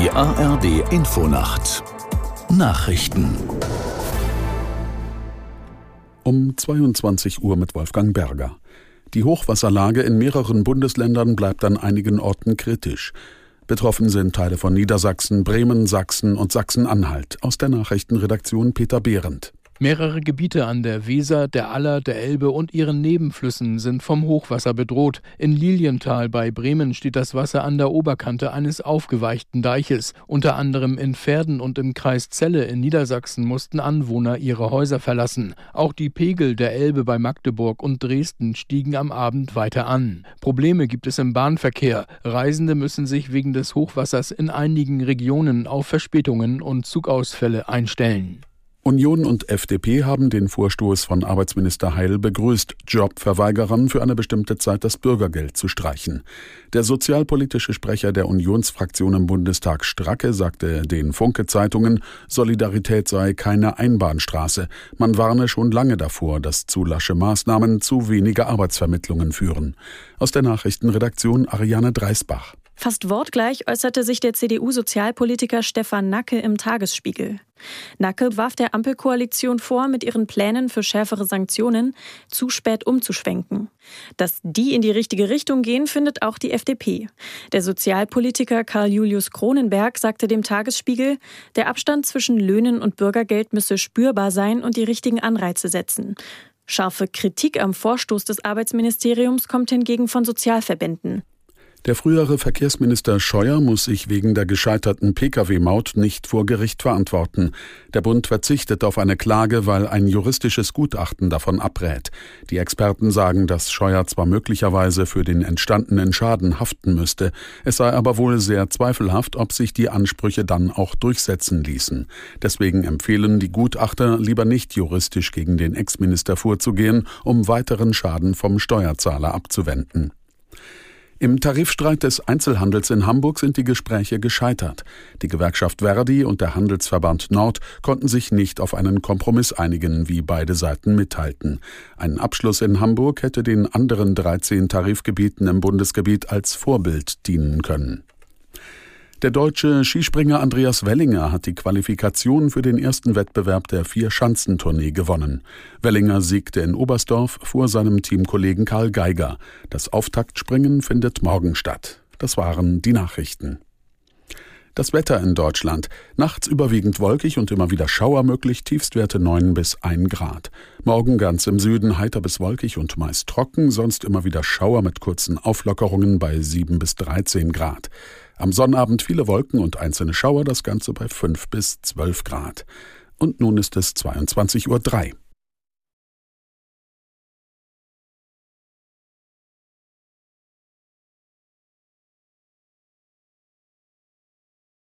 Die ARD-Infonacht Nachrichten um 22 Uhr mit Wolfgang Berger. Die Hochwasserlage in mehreren Bundesländern bleibt an einigen Orten kritisch. Betroffen sind Teile von Niedersachsen, Bremen, Sachsen und Sachsen-Anhalt. Aus der Nachrichtenredaktion Peter Behrendt. Mehrere Gebiete an der Weser, der Aller, der Elbe und ihren Nebenflüssen sind vom Hochwasser bedroht. In Lilienthal bei Bremen steht das Wasser an der Oberkante eines aufgeweichten Deiches. Unter anderem in Verden und im Kreis Celle in Niedersachsen mussten Anwohner ihre Häuser verlassen. Auch die Pegel der Elbe bei Magdeburg und Dresden stiegen am Abend weiter an. Probleme gibt es im Bahnverkehr. Reisende müssen sich wegen des Hochwassers in einigen Regionen auf Verspätungen und Zugausfälle einstellen. Union und FDP haben den Vorstoß von Arbeitsminister Heil begrüßt, Jobverweigerern für eine bestimmte Zeit das Bürgergeld zu streichen. Der sozialpolitische Sprecher der Unionsfraktion im Bundestag Stracke sagte den Funke-Zeitungen, Solidarität sei keine Einbahnstraße. Man warne schon lange davor, dass zu lasche Maßnahmen zu weniger Arbeitsvermittlungen führen. Aus der Nachrichtenredaktion Ariane Dreisbach. Fast wortgleich äußerte sich der CDU-Sozialpolitiker Stefan Nacke im Tagesspiegel. Nacke warf der Ampelkoalition vor, mit ihren Plänen für schärfere Sanktionen zu spät umzuschwenken. Dass die in die richtige Richtung gehen, findet auch die FDP. Der Sozialpolitiker Karl Julius Cronenberg sagte dem Tagesspiegel, der Abstand zwischen Löhnen und Bürgergeld müsse spürbar sein und die richtigen Anreize setzen. Scharfe Kritik am Vorstoß des Arbeitsministeriums kommt hingegen von Sozialverbänden. Der frühere Verkehrsminister Scheuer muss sich wegen der gescheiterten Pkw-Maut nicht vor Gericht verantworten. Der Bund verzichtet auf eine Klage, weil ein juristisches Gutachten davon abrät. Die Experten sagen, dass Scheuer zwar möglicherweise für den entstandenen Schaden haften müsste, es sei aber wohl sehr zweifelhaft, ob sich die Ansprüche dann auch durchsetzen ließen. Deswegen empfehlen die Gutachter, lieber nicht juristisch gegen den Ex-Minister vorzugehen, um weiteren Schaden vom Steuerzahler abzuwenden. Im Tarifstreit des Einzelhandels in Hamburg sind die Gespräche gescheitert. Die Gewerkschaft Verdi und der Handelsverband Nord konnten sich nicht auf einen Kompromiss einigen, wie beide Seiten mitteilten. Ein Abschluss in Hamburg hätte den anderen 13 Tarifgebieten im Bundesgebiet als Vorbild dienen können. Der deutsche Skispringer Andreas Wellinger hat die Qualifikation für den ersten Wettbewerb der Vier-Schanzentournee gewonnen. Wellinger siegte in Oberstdorf vor seinem Teamkollegen Karl Geiger. Das Auftaktspringen findet morgen statt. Das waren die Nachrichten. Das Wetter in Deutschland. Nachts überwiegend wolkig und immer wieder Schauer möglich, Tiefstwerte 9 bis 1 Grad. Morgen ganz im Süden heiter bis wolkig und meist trocken, sonst immer wieder Schauer mit kurzen Auflockerungen bei 7 bis 13 Grad. Am Sonnabend viele Wolken und einzelne Schauer, das Ganze bei 5 bis 12 Grad. Und nun ist es 22:03 Uhr.